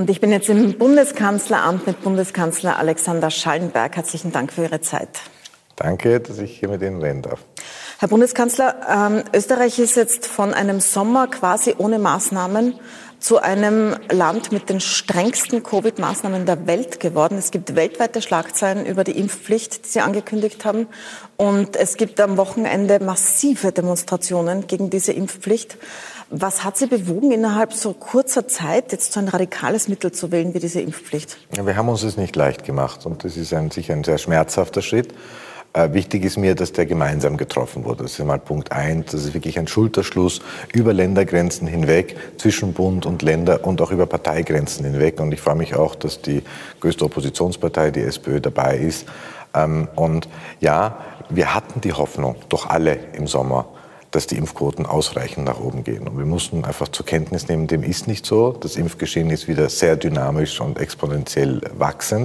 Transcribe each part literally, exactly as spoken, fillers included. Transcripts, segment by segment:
Und ich bin jetzt im Bundeskanzleramt mit Bundeskanzler Alexander Schallenberg. Herzlichen Dank für Ihre Zeit. Danke, dass ich hier mit Ihnen reden darf. Herr Bundeskanzler, ähm, Österreich ist jetzt von einem Sommer quasi ohne Maßnahmen zu einem Land mit den strengsten Covid-Maßnahmen der Welt geworden. Es gibt weltweite Schlagzeilen über die Impfpflicht, die Sie angekündigt haben. Und es gibt am Wochenende massive Demonstrationen gegen diese Impfpflicht. Was hat Sie bewogen, innerhalb so kurzer Zeit jetzt so ein radikales Mittel zu wählen wie diese Impfpflicht? Ja, wir haben uns es nicht leicht gemacht und das ist ein, sicher ein sehr schmerzhafter Schritt. Äh, wichtig ist mir, dass der gemeinsam getroffen wurde. Das ist einmal Punkt eins. Das ist wirklich ein Schulterschluss über Ländergrenzen hinweg, zwischen Bund und Länder und auch über Parteigrenzen hinweg. Und ich freue mich auch, dass die größte Oppositionspartei, die SPÖ, dabei ist. Ähm, und ja, wir hatten die Hoffnung, doch alle im Sommer, dass die Impfquoten ausreichend nach oben gehen. Und wir mussten einfach zur Kenntnis nehmen, dem ist nicht so. Das Impfgeschehen ist wieder sehr dynamisch und exponentiell wachsend.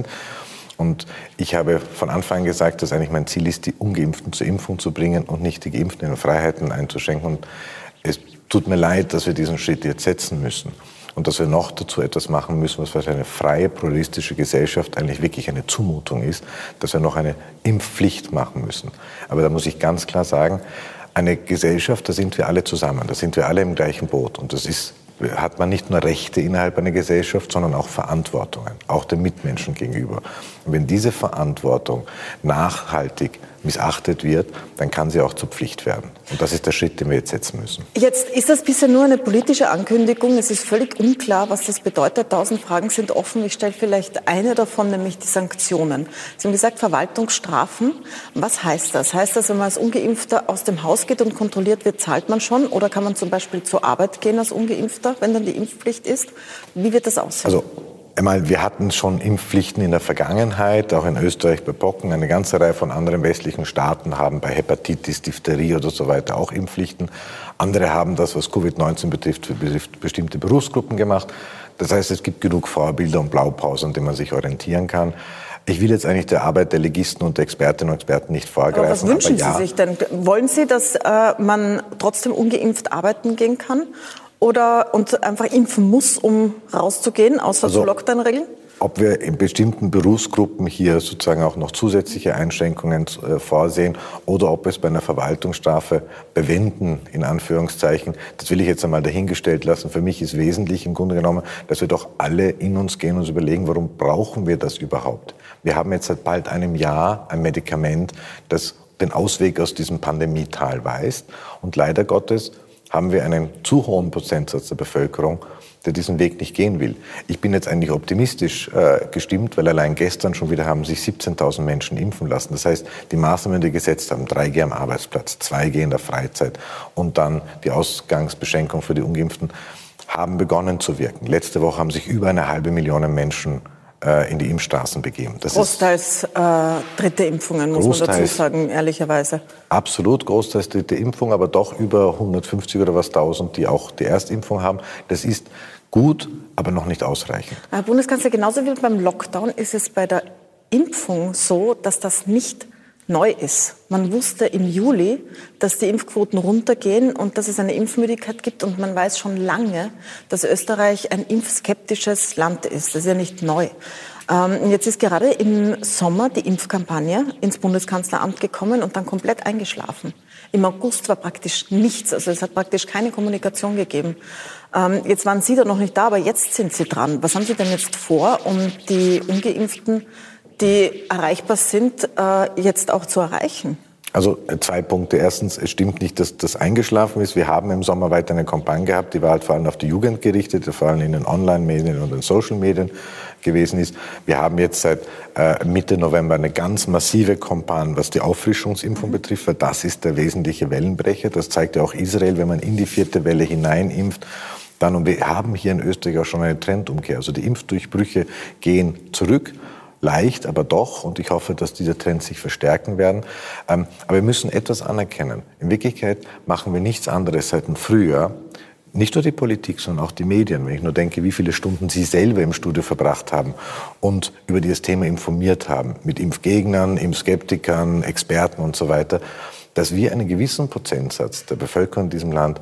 Und ich habe von Anfang an gesagt, dass eigentlich mein Ziel ist, die Ungeimpften zur Impfung zu bringen und nicht die Geimpften in Freiheiten einzuschränken. Und es tut mir leid, dass wir diesen Schritt jetzt setzen müssen. Und dass wir noch dazu etwas machen müssen, was für eine freie, pluralistische Gesellschaft eigentlich wirklich eine Zumutung ist, dass wir noch eine Impfpflicht machen müssen. Aber da muss ich ganz klar sagen, eine Gesellschaft, da sind wir alle zusammen, da sind wir alle im gleichen Boot. Und das ist, hat man nicht nur Rechte innerhalb einer Gesellschaft, sondern auch Verantwortungen, auch den Mitmenschen gegenüber. Und wenn diese Verantwortung nachhaltig missachtet wird, dann kann sie auch zur Pflicht werden. Und das ist der Schritt, den wir jetzt setzen müssen. Jetzt ist das bisher nur eine politische Ankündigung. Es ist völlig unklar, was das bedeutet. Tausend Fragen sind offen. Ich stelle vielleicht eine davon, nämlich die Sanktionen. Sie haben gesagt, Verwaltungsstrafen. Was heißt das? Heißt das, wenn man als Ungeimpfter aus dem Haus geht und kontrolliert wird, zahlt man schon? Oder kann man zum Beispiel zur Arbeit gehen als Ungeimpfter, wenn dann die Impfpflicht ist? Wie wird das aussehen? Also einmal, wir hatten schon Impfpflichten in der Vergangenheit, auch in Österreich bei Pocken. Eine ganze Reihe von anderen westlichen Staaten haben bei Hepatitis, Diphtherie oder so weiter auch Impfpflichten. Andere haben das, was Covid neunzehn betrifft, für bestimmte Berufsgruppen gemacht. Das heißt, es gibt genug Vorbilder und Blaupausen, an denen man sich orientieren kann. Ich will jetzt eigentlich der Arbeit der Legisten und der Expertinnen und Experten nicht vorgreifen. Aber was wünschen aber ja, Sie sich denn? Wollen Sie, dass äh, man trotzdem ungeimpft arbeiten gehen kann? Oder und einfach impfen muss, um rauszugehen, außer also, zu Lockdown-Regeln? Ob wir in bestimmten Berufsgruppen hier sozusagen auch noch zusätzliche Einschränkungen äh, vorsehen oder ob wir es bei einer Verwaltungsstrafe bewenden, in Anführungszeichen, das will ich jetzt einmal dahingestellt lassen. Für mich ist wesentlich im Grunde genommen, dass wir doch alle in uns gehen und uns überlegen, warum brauchen wir das überhaupt? Wir haben jetzt seit bald einem Jahr ein Medikament, das den Ausweg aus diesem Pandemietal weist. Und leider Gottes haben wir einen zu hohen Prozentsatz der Bevölkerung, der diesen Weg nicht gehen will. Ich bin jetzt eigentlich optimistisch äh, gestimmt, weil allein gestern schon wieder haben sich siebzehntausend Menschen impfen lassen. Das heißt, die Maßnahmen, die wir gesetzt haben, drei G am Arbeitsplatz, zwei G in der Freizeit und dann die Ausgangsbeschränkung für die Ungeimpften, haben begonnen zu wirken. Letzte Woche haben sich über eine halbe Million Menschen äh, in die Impfstraßen begeben. Das Großteils äh, dritte Impfungen, muss man dazu sagen, ehrlicherweise. Absolut, großteils dritte Impfung, aber doch über hundertfünfzig oder was tausend, die auch die Erstimpfung haben. Das ist gut, aber noch nicht ausreichend. Herr Bundeskanzler, genauso wie beim Lockdown ist es bei der Impfung so, dass das nicht neu ist. Man wusste im Juli, dass die Impfquoten runtergehen und dass es eine Impfmüdigkeit gibt. Und man weiß schon lange, dass Österreich ein impfskeptisches Land ist. Das ist ja nicht neu. Ähm, jetzt ist gerade im Sommer die Impfkampagne ins Bundeskanzleramt gekommen und dann komplett eingeschlafen. Im August war praktisch nichts. Also es hat praktisch keine Kommunikation gegeben. Ähm, jetzt waren Sie da noch nicht da, aber jetzt sind Sie dran. Was haben Sie denn jetzt vor, um die Ungeimpften, die erreichbar sind, äh, jetzt auch zu erreichen? Also zwei Punkte. Erstens, es stimmt nicht, dass das eingeschlafen ist. Wir haben im Sommer weiter eine Kampagne gehabt, die war halt vor allem auf die Jugend gerichtet, die vor allem in den Online-Medien und den Social-Medien gewesen ist. Wir haben jetzt seit äh, Mitte November eine ganz massive Kampagne, was die Auffrischungsimpfung betrifft, weil das ist der wesentliche Wellenbrecher. Das zeigt ja auch Israel, wenn man in die vierte Welle hineinimpft. Dann, und wir haben hier in Österreich auch schon eine Trendumkehr. Also die Impfdurchbrüche gehen zurück. Leicht, aber doch. Und ich hoffe, dass diese Trends sich verstärken werden. Ähm, aber wir müssen etwas anerkennen. In Wirklichkeit machen wir nichts anderes seit dem Frühjahr. Nicht nur die Politik, sondern auch die Medien. Wenn ich nur denke, wie viele Stunden Sie selber im Studio verbracht haben und über dieses Thema informiert haben. Mit Impfgegnern, Impfskeptikern, Experten und so weiter. Dass wir einen gewissen Prozentsatz der Bevölkerung in diesem Land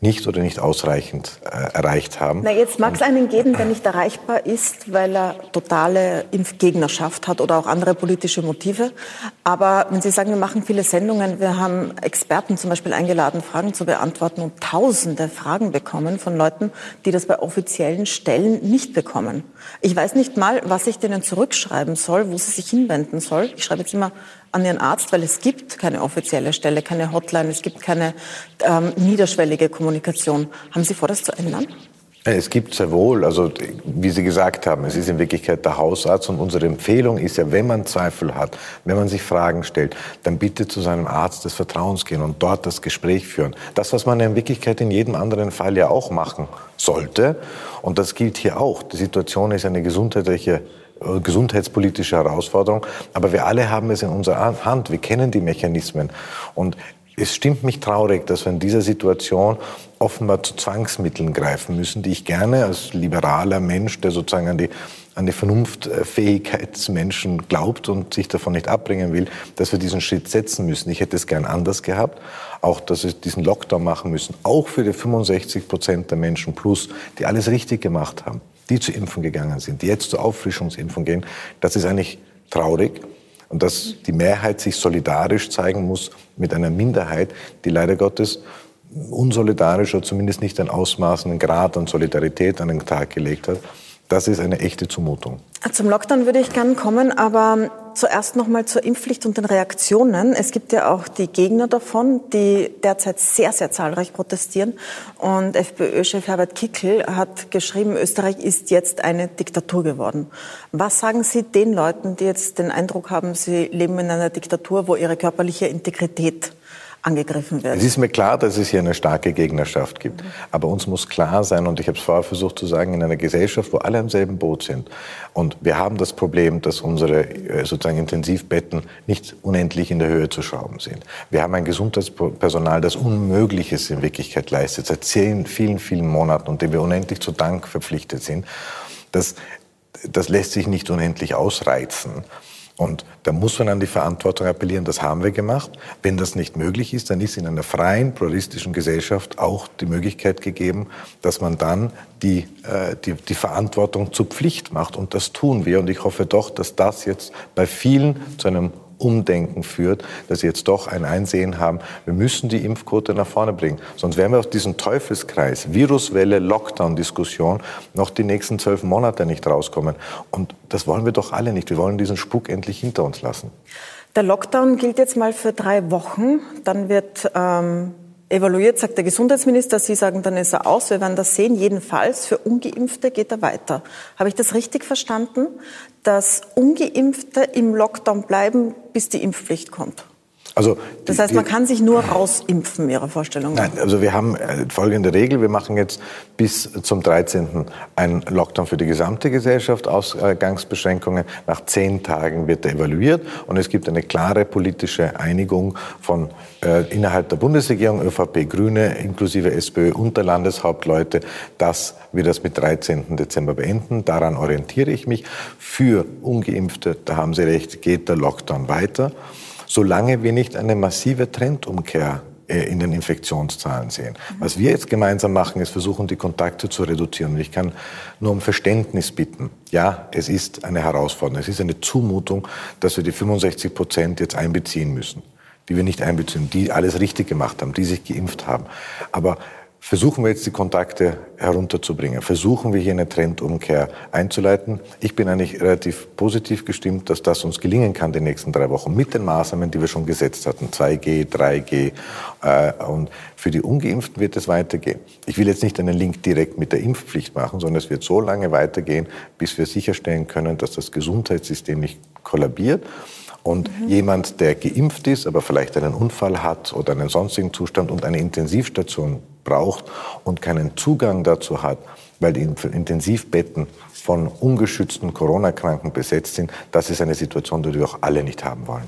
nicht oder nicht ausreichend äh, erreicht haben. Na, jetzt mag es einen geben, der nicht erreichbar ist, weil er totale Impfgegnerschaft hat oder auch andere politische Motive. Aber wenn Sie sagen, wir machen viele Sendungen, wir haben Experten zum Beispiel eingeladen, Fragen zu beantworten und tausende Fragen bekommen von Leuten, die das bei offiziellen Stellen nicht bekommen. Ich weiß nicht mal, was ich denen zurückschreiben soll, wo sie sich hinwenden soll. Ich schreibe jetzt immer an Ihren Arzt, weil es gibt keine offizielle Stelle, keine Hotline, es gibt keine ähm, niederschwellige Kommunikation. Haben Sie vor, das zu ändern? Es gibt sehr wohl, also wie Sie gesagt haben, es ist in Wirklichkeit der Hausarzt und unsere Empfehlung ist ja, wenn man Zweifel hat, wenn man sich Fragen stellt, dann bitte zu seinem Arzt des Vertrauens gehen und dort das Gespräch führen. Das, was man in Wirklichkeit in jedem anderen Fall ja auch machen sollte, und das gilt hier auch. Die Situation ist eine gesundheitliche gesundheitspolitische Herausforderung, aber wir alle haben es in unserer Hand, wir kennen die Mechanismen und es stimmt mich traurig, dass wir in dieser Situation offenbar zu Zwangsmitteln greifen müssen, die ich gerne als liberaler Mensch, der sozusagen an die, an die Vernunftfähigkeit des Menschen glaubt und sich davon nicht abbringen will, dass wir diesen Schritt setzen müssen. Ich hätte es gern anders gehabt, auch dass wir diesen Lockdown machen müssen, auch für die fünfundsechzig Prozent der Menschen plus, die alles richtig gemacht haben, die zu impfen gegangen sind, die jetzt zur Auffrischungsimpfung gehen. Das ist eigentlich traurig. Und dass die Mehrheit sich solidarisch zeigen muss mit einer Minderheit, die leider Gottes unsolidarisch oder zumindest nicht einen ausmaßenden Grad an Solidarität an den Tag gelegt hat, das ist eine echte Zumutung. Zum Lockdown würde ich gern kommen, aber zuerst noch mal zur Impfpflicht und den Reaktionen. Es gibt ja auch die Gegner davon, die derzeit sehr, sehr zahlreich protestieren. Und FPÖ-Chef Herbert Kickl hat geschrieben, Österreich ist jetzt eine Diktatur geworden. Was sagen Sie den Leuten, die jetzt den Eindruck haben, sie leben in einer Diktatur, wo ihre körperliche Integrität angegriffen wird? Es ist mir klar, dass es hier eine starke Gegnerschaft gibt. Mhm. Aber uns muss klar sein, und ich habe es vorher versucht zu sagen, in einer Gesellschaft, wo alle im selben Boot sind. Und wir haben das Problem, dass unsere sozusagen Intensivbetten nicht unendlich in der Höhe zu schrauben sind. Wir haben ein Gesundheitspersonal, das Unmögliches in Wirklichkeit leistet, seit vielen, vielen, vielen Monaten und dem wir unendlich zu Dank verpflichtet sind. Das, das lässt sich nicht unendlich ausreizen. Und da muss man an die Verantwortung appellieren, das haben wir gemacht. Wenn das nicht möglich ist, dann ist in einer freien, pluralistischen Gesellschaft auch die Möglichkeit gegeben, dass man dann die, äh, die, die Verantwortung zur Pflicht macht. Und das tun wir. Und ich hoffe doch, dass das jetzt bei vielen zu einem Umdenken führt, dass sie jetzt doch ein Einsehen haben, wir müssen die Impfquote nach vorne bringen. Sonst werden wir aus diesem Teufelskreis, Viruswelle, Lockdown-Diskussion noch die nächsten zwölf Monate nicht rauskommen. Und das wollen wir doch alle nicht. Wir wollen diesen Spuk endlich hinter uns lassen. Der Lockdown gilt jetzt mal für drei Wochen. Dann wird ähm, evaluiert, sagt der Gesundheitsminister. Sie sagen, dann ist er aus. Wir werden das sehen. Jedenfalls für Ungeimpfte geht er weiter. Habe ich das richtig verstanden, dass Ungeimpfte im Lockdown bleiben, bis die Impfpflicht kommt? Also, das heißt, man kann sich nur rausimpfen, Ihrer Vorstellung nach? Nein, also wir haben folgende Regel. Wir machen jetzt bis zum dreizehnten einen Lockdown für die gesamte Gesellschaft, Ausgangsbeschränkungen. Nach zehn Tagen wird er evaluiert und es gibt eine klare politische Einigung von äh, innerhalb der Bundesregierung, ÖVP, Grüne, inklusive SPÖ und der Landeshauptleute, dass wir das mit dreizehnten Dezember beenden. Daran orientiere ich mich. Für Ungeimpfte, da haben Sie recht, geht der Lockdown weiter, solange wir nicht eine massive Trendumkehr in den Infektionszahlen sehen. Was wir jetzt gemeinsam machen, ist versuchen, die Kontakte zu reduzieren. Und ich kann nur um Verständnis bitten. Ja, es ist eine Herausforderung. Es ist eine Zumutung, dass wir die fünfundsechzig Prozent jetzt einbeziehen müssen, die wir nicht einbeziehen, die alles richtig gemacht haben, die sich geimpft haben. Aber versuchen wir jetzt die Kontakte herunterzubringen. Versuchen wir hier eine Trendumkehr einzuleiten. Ich bin eigentlich relativ positiv gestimmt, dass das uns gelingen kann die nächsten drei Wochen mit den Maßnahmen, die wir schon gesetzt hatten. zwei G, drei G. Äh, und für die Ungeimpften wird es weitergehen. Ich will jetzt nicht einen Link direkt mit der Impfpflicht machen, sondern es wird so lange weitergehen, bis wir sicherstellen können, dass das Gesundheitssystem nicht kollabiert. Und mhm. jemand, der geimpft ist, aber vielleicht einen Unfall hat oder einen sonstigen Zustand und eine Intensivstation braucht und keinen Zugang dazu hat, weil die Intensivbetten von ungeschützten Corona-Kranken besetzt sind, das ist eine Situation, die wir auch alle nicht haben wollen.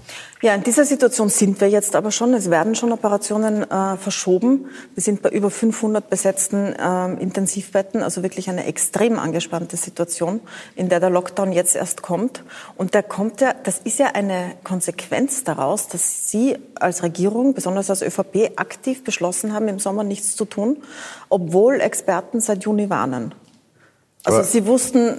Ja, in dieser Situation sind wir jetzt aber schon. Es werden schon Operationen äh, verschoben. Wir sind bei über fünfhundert besetzten äh, Intensivbetten, also wirklich eine extrem angespannte Situation, in der der Lockdown jetzt erst kommt. Und der kommt ja, das ist ja eine Konsequenz daraus, dass Sie als Regierung, besonders als ÖVP, aktiv beschlossen haben, im Sommer nichts zu tun, obwohl Experten seit Juni warnen. Also aber Sie wussten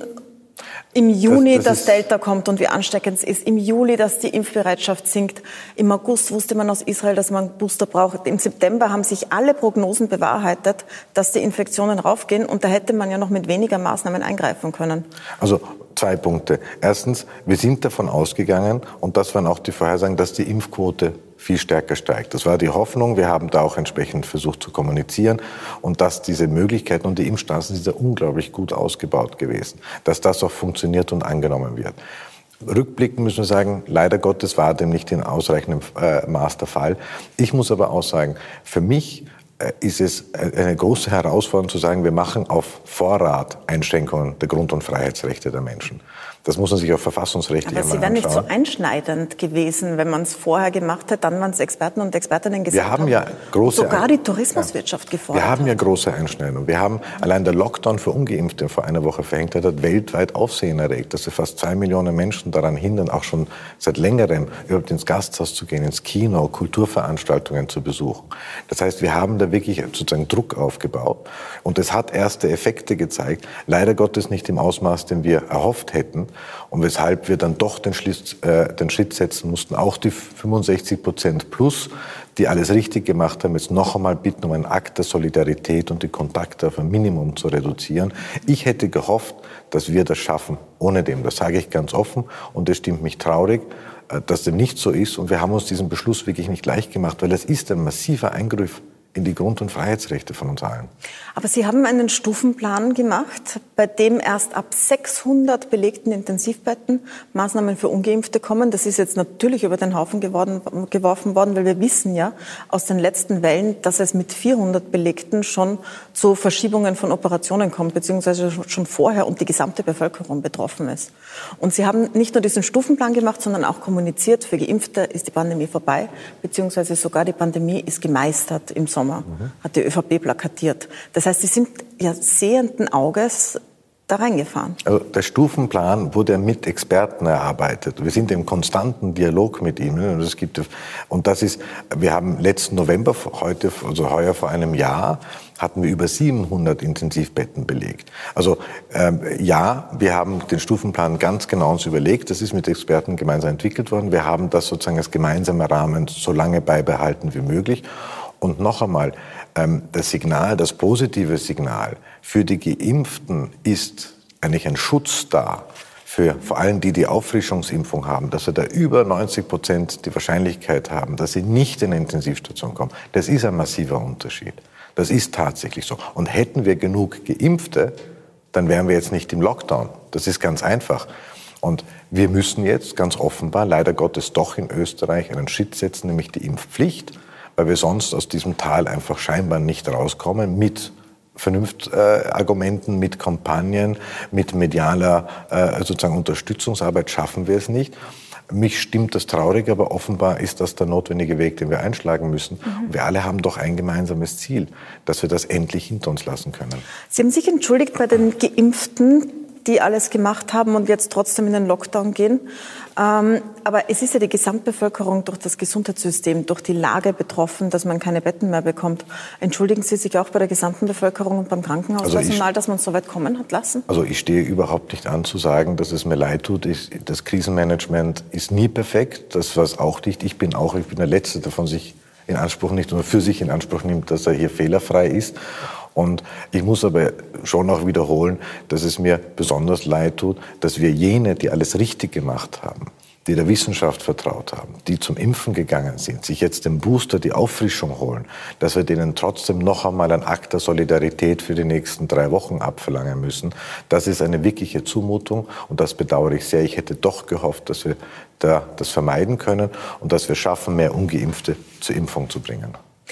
im Juni, das, das dass Delta kommt und wie ansteckend es ist. Im Juli, dass die Impfbereitschaft sinkt. Im August wusste man aus Israel, dass man einen Booster braucht. Im September haben sich alle Prognosen bewahrheitet, dass die Infektionen raufgehen. Und da hätte man ja noch mit weniger Maßnahmen eingreifen können. Also zwei Punkte. Erstens, wir sind davon ausgegangen, und das waren auch die Vorhersagen, dass die Impfquote viel stärker steigt. Das war die Hoffnung. Wir haben da auch entsprechend versucht zu kommunizieren und dass diese Möglichkeiten und die Impfstraßen sind ja unglaublich gut ausgebaut gewesen, dass das auch funktioniert und angenommen wird. Rückblickend müssen wir sagen, leider Gottes war dem nicht in ausreichendem äh, Maß der Fall. Ich muss aber auch sagen, für mich äh, ist es eine große Herausforderung zu sagen, wir machen auf Vorrat Einschränkungen der Grund- und Freiheitsrechte der Menschen. Das muss man sich auch verfassungsrechtlich anschauen. Aber sie wären nicht so einschneidend gewesen, wenn man es vorher gemacht hätte. Dann waren es Experten und Expertinnen gesagt. Wir haben ja große sogar die Tourismuswirtschaft ja. gefordert. Wir haben ja große Einschneidungen. Wir haben allein der Lockdown für Ungeimpfte vor einer Woche verhängt hat, hat weltweit Aufsehen erregt, dass wir fast zwei Millionen Menschen daran hindern, auch schon seit längerem überhaupt ins Gasthaus zu gehen, ins Kino, Kulturveranstaltungen zu besuchen. Das heißt, wir haben da wirklich sozusagen Druck aufgebaut und es hat erste Effekte gezeigt. Leider Gottes nicht im Ausmaß, den wir erhofft hätten. Und weshalb wir dann doch den Schritt, äh, den Schritt setzen mussten, auch die fünfundsechzig Prozent plus, die alles richtig gemacht haben, jetzt noch einmal bitten um einen Akt der Solidarität und die Kontakte auf ein Minimum zu reduzieren. Ich hätte gehofft, dass wir das schaffen, ohne dem. Das sage ich ganz offen und das stimmt mich traurig, dass dem nicht so ist. Und wir haben uns diesen Beschluss wirklich nicht leicht gemacht, weil es ist ein massiver Eingriff in die Grund- und Freiheitsrechte von uns allen. Aber Sie haben einen Stufenplan gemacht, bei dem erst ab sechshundert belegten Intensivbetten Maßnahmen für Ungeimpfte kommen. Das ist jetzt natürlich über den Haufen geworden, geworfen worden, weil wir wissen ja aus den letzten Wellen, dass es mit vierhundert Belegten schon zu Verschiebungen von Operationen kommt, beziehungsweise schon vorher und die gesamte Bevölkerung betroffen ist. Und Sie haben nicht nur diesen Stufenplan gemacht, sondern auch kommuniziert, für Geimpfte ist die Pandemie vorbei, beziehungsweise sogar die Pandemie ist gemeistert im Sommer. Mhm. Hat die ÖVP plakatiert. Das heißt, Sie sind ja sehenden Auges da reingefahren. Also der Stufenplan wurde mit Experten erarbeitet. Wir sind im konstanten Dialog mit ihnen. Und, es gibt, und das ist, wir haben letzten November, heute, also heuer vor einem Jahr, hatten wir über siebenhundert Intensivbetten belegt. Also ähm, ja, wir haben den Stufenplan ganz genau uns überlegt. Das ist mit Experten gemeinsam entwickelt worden. Wir haben das sozusagen als gemeinsamer Rahmen so lange beibehalten wie möglich. Und noch einmal, das Signal, das positive Signal für die Geimpften ist eigentlich ein Schutz da, für vor allem die, die Auffrischungsimpfung haben, dass wir da über neunzig Prozent die Wahrscheinlichkeit haben, dass sie nicht in eine Intensivstation kommen. Das ist ein massiver Unterschied. Das ist tatsächlich so. Und hätten wir genug Geimpfte, dann wären wir jetzt nicht im Lockdown. Das ist ganz einfach. Und wir müssen jetzt ganz offenbar, leider Gottes doch in Österreich, einen Schritt setzen, nämlich die Impfpflicht, weil wir sonst aus diesem Tal einfach scheinbar nicht rauskommen mit Vernunftargumenten, äh, mit Kampagnen, mit medialer äh, sozusagen Unterstützungsarbeit schaffen wir es nicht. Mich stimmt das traurig, aber offenbar ist das der notwendige Weg, den wir einschlagen müssen. Mhm. Und wir alle haben doch ein gemeinsames Ziel, dass wir das endlich hinter uns lassen können. Sie haben sich entschuldigt bei den Geimpften, die alles gemacht haben und jetzt trotzdem in den Lockdown gehen. Ähm, aber es ist ja die Gesamtbevölkerung durch das Gesundheitssystem, durch die Lage betroffen, dass man keine Betten mehr bekommt. Entschuldigen Sie sich auch bei der gesamten Bevölkerung und beim Krankenhauspersonal, also dass man es so weit kommen hat lassen? Also ich stehe überhaupt nicht an zu sagen, dass es mir leid tut. Ich, das Krisenmanagement ist nie perfekt. Das war es auch nicht. Ich bin auch, ich bin der Letzte, der von sich in Anspruch nicht oder für sich in Anspruch nimmt, dass er hier fehlerfrei ist. Und ich muss aber schon auch wiederholen, dass es mir besonders leid tut, dass wir jene, die alles richtig gemacht haben, die der Wissenschaft vertraut haben, die zum Impfen gegangen sind, sich jetzt den Booster, die Auffrischung holen, dass wir denen trotzdem noch einmal ein Akt der Solidarität für die nächsten drei Wochen abverlangen müssen. Das ist eine wirkliche Zumutung und das bedauere ich sehr. Ich hätte doch gehofft, dass wir da das vermeiden können und dass wir schaffen, mehr Ungeimpfte zur Impfung zu bringen.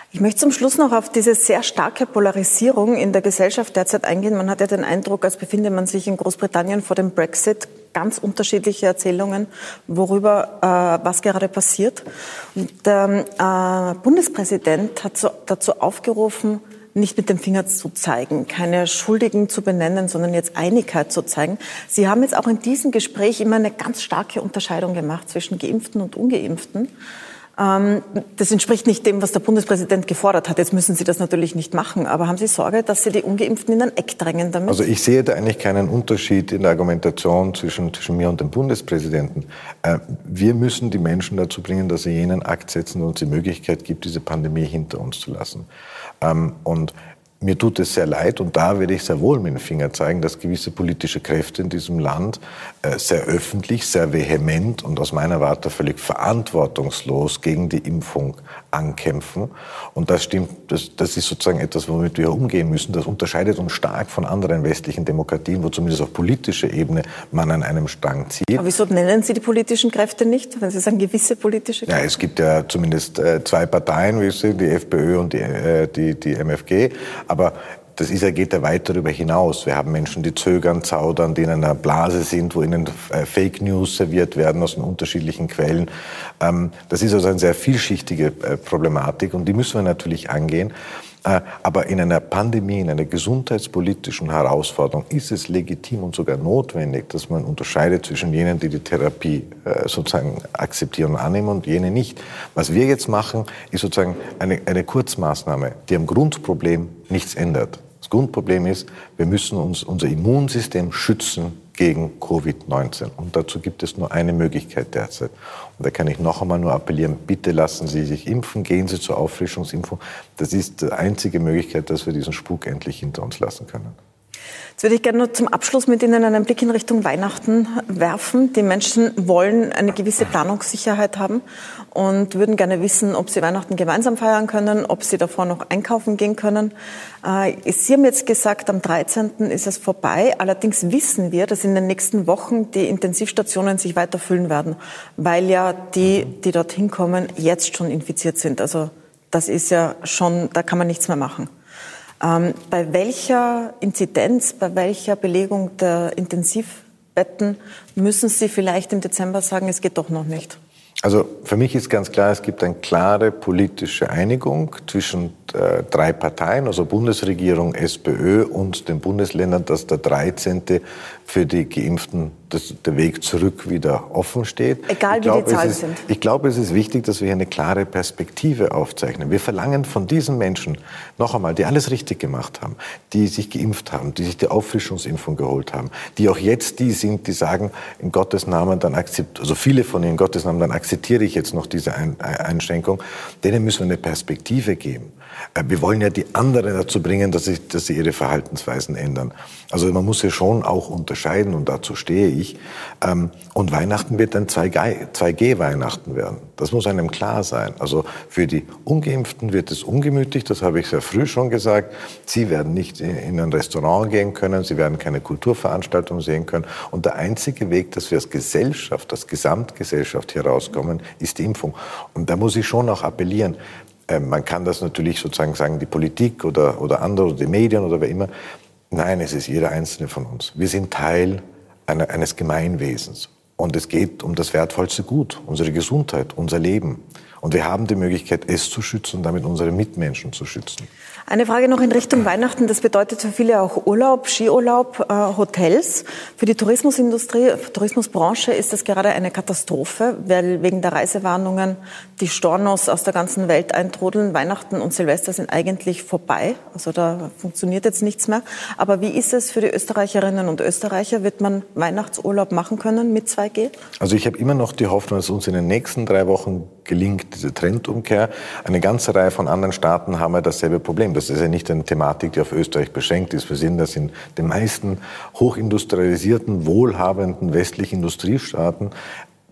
Ich möchte zum Schluss noch auf diese sehr starke Polarisierung in der Gesellschaft derzeit eingehen. Man hat ja den Eindruck, als befinde man sich in Großbritannien vor dem Brexit. Ganz unterschiedliche Erzählungen, worüber, äh, was gerade passiert. Und der äh, Bundespräsident hat so, dazu aufgerufen, nicht mit dem Finger zu zeigen, keine Schuldigen zu benennen, sondern jetzt Einigkeit zu zeigen. Sie haben jetzt auch in diesem Gespräch immer eine ganz starke Unterscheidung gemacht zwischen Geimpften und Ungeimpften. Das entspricht nicht dem, was der Bundespräsident gefordert hat. Jetzt müssen Sie das natürlich nicht machen. Aber haben Sie Sorge, dass Sie die Ungeimpften in ein Eck drängen damit? Also ich sehe da eigentlich keinen Unterschied in der Argumentation zwischen, zwischen mir und dem Bundespräsidenten. Wir müssen die Menschen dazu bringen, dass sie jenen Akt setzen und uns die Möglichkeit gibt, diese Pandemie hinter uns zu lassen. Und mir tut es sehr leid, und da werde ich sehr wohl mit dem Finger zeigen, dass gewisse politische Kräfte in diesem Land äh, sehr öffentlich, sehr vehement und aus meiner Warte völlig verantwortungslos gegen die Impfung ankämpfen. Und das stimmt, das, das ist sozusagen etwas, womit wir umgehen müssen. Das unterscheidet uns stark von anderen westlichen Demokratien, wo zumindest auf politischer Ebene man an einem Strang zieht. Aber wieso nennen Sie die politischen Kräfte nicht, wenn Sie sagen gewisse politische Kräfte? Ja, es gibt ja zumindest äh, zwei Parteien, wie Sie, die FPÖ und die, äh, die, die M F G. Aber das ist ja, geht ja weit darüber hinaus. Wir haben Menschen, die zögern, zaudern, die in einer Blase sind, wo ihnen Fake News serviert werden aus den unterschiedlichen Quellen. Das ist also eine sehr vielschichtige Problematik, und die müssen wir natürlich angehen. Aber in einer Pandemie, in einer gesundheitspolitischen Herausforderung ist es legitim und sogar notwendig, dass man unterscheidet zwischen jenen, die die Therapie sozusagen akzeptieren und annehmen, und jene nicht. Was wir jetzt machen, ist sozusagen eine, eine Kurzmaßnahme, die am Grundproblem nichts ändert. Das Grundproblem ist, wir müssen uns unser Immunsystem schützen gegen Covid neunzehn. Und dazu gibt es nur eine Möglichkeit derzeit. Und da kann ich noch einmal nur appellieren, bitte lassen Sie sich impfen, gehen Sie zur Auffrischungsimpfung. Das ist die einzige Möglichkeit, dass wir diesen Spuk endlich hinter uns lassen können. Jetzt würde ich gerne noch zum Abschluss mit Ihnen einen Blick in Richtung Weihnachten werfen. Die Menschen wollen eine gewisse Planungssicherheit haben und würden gerne wissen, ob sie Weihnachten gemeinsam feiern können, ob sie davor noch einkaufen gehen können. Sie haben jetzt gesagt, am dreizehnten ist es vorbei. Allerdings wissen wir, dass in den nächsten Wochen die Intensivstationen sich weiter füllen werden, weil ja die, die dorthin kommen, jetzt schon infiziert sind. Also das ist ja schon, da kann man nichts mehr machen. Ähm, bei welcher Inzidenz, bei welcher Belegung der Intensivbetten müssen Sie vielleicht im Dezember sagen, es geht doch noch nicht? Also für mich ist ganz klar, es gibt eine klare politische Einigung zwischen äh, drei Parteien, also Bundesregierung, SPÖ und den Bundesländern, dass der dreizehnte für die Geimpften dass der Weg zurück wieder offen steht. Egal ich glaub, wie die Zahlen ist, sind. Ich glaube, es ist wichtig, dass wir hier eine klare Perspektive aufzeichnen. Wir verlangen von diesen Menschen, noch einmal, die alles richtig gemacht haben, die sich geimpft haben, die sich die Auffrischungsimpfung geholt haben, die auch jetzt die sind, die sagen, in Gottes Namen dann akzeptiere, also viele von ihnen in Gottes Namen, dann akzeptiere ich jetzt noch diese Einschränkung, denen müssen wir eine Perspektive geben. Wir wollen ja die anderen dazu bringen, dass sie, dass sie ihre Verhaltensweisen ändern. Also man muss ja schon auch unterscheiden, und dazu stehe ich. Und Weihnachten wird ein zwei G Weihnachten werden. Das muss einem klar sein. Also für die Ungeimpften wird es ungemütlich, das habe ich sehr früh schon gesagt. Sie werden nicht in ein Restaurant gehen können, sie werden keine Kulturveranstaltung sehen können. Und der einzige Weg, dass wir als Gesellschaft, als Gesamtgesellschaft hier rauskommen, ist die Impfung. Und da muss ich schon auch appellieren. Man kann das natürlich sozusagen sagen, die Politik oder, oder andere, oder die Medien oder wer immer. Nein, es ist jeder Einzelne von uns. Wir sind Teil einer, eines Gemeinwesens. Und es geht um das wertvollste Gut, unsere Gesundheit, unser Leben. Und wir haben die Möglichkeit, es zu schützen und damit unsere Mitmenschen zu schützen. Eine Frage noch in Richtung Weihnachten. Das bedeutet für viele auch Urlaub, Skiurlaub, äh, Hotels. Für die Tourismusindustrie, Tourismusbranche ist das gerade eine Katastrophe, weil wegen der Reisewarnungen die Stornos aus der ganzen Welt eintrudeln. Weihnachten und Silvester sind eigentlich vorbei. Also da funktioniert jetzt nichts mehr. Aber wie ist es für die Österreicherinnen und Österreicher? Wird man Weihnachtsurlaub machen können mit zwei G? Also ich habe immer noch die Hoffnung, dass uns in den nächsten drei Wochen gelingt, diese Trendumkehr. Eine ganze Reihe von anderen Staaten haben ja dasselbe Problem. Das ist ja nicht eine Thematik, die auf Österreich beschränkt ist. Wir sehen das in den meisten hochindustrialisierten, wohlhabenden westlichen Industriestaaten.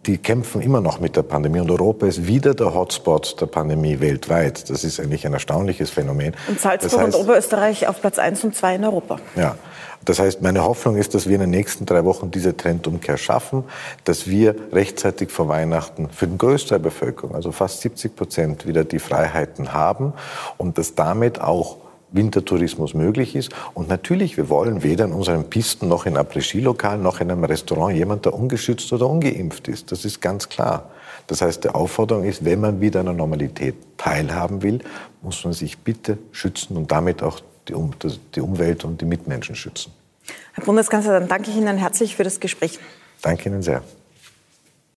die kämpfen immer noch mit der Pandemie und Europa ist wieder der Hotspot der Pandemie weltweit. Das ist eigentlich ein erstaunliches Phänomen. Und Salzburg das heißt, und Oberösterreich auf Platz eins und zwei in Europa. Ja, das heißt, meine Hoffnung ist, dass wir in den nächsten drei Wochen diese Trendumkehr schaffen, dass wir rechtzeitig vor Weihnachten für den Großteil der Bevölkerung, also fast siebzig Prozent, wieder die Freiheiten haben und dass damit auch Wintertourismus möglich ist. Und natürlich, wir wollen weder in unseren Pisten noch in Après-Ski-Lokalen noch in einem Restaurant jemand, der ungeschützt oder ungeimpft ist. Das ist ganz klar. Das heißt, die Aufforderung ist, wenn man wieder an der Normalität teilhaben will, muss man sich bitte schützen und damit auch die, um die Umwelt und die Mitmenschen schützen. Herr Bundeskanzler, dann danke ich Ihnen herzlich für das Gespräch. Danke Ihnen sehr.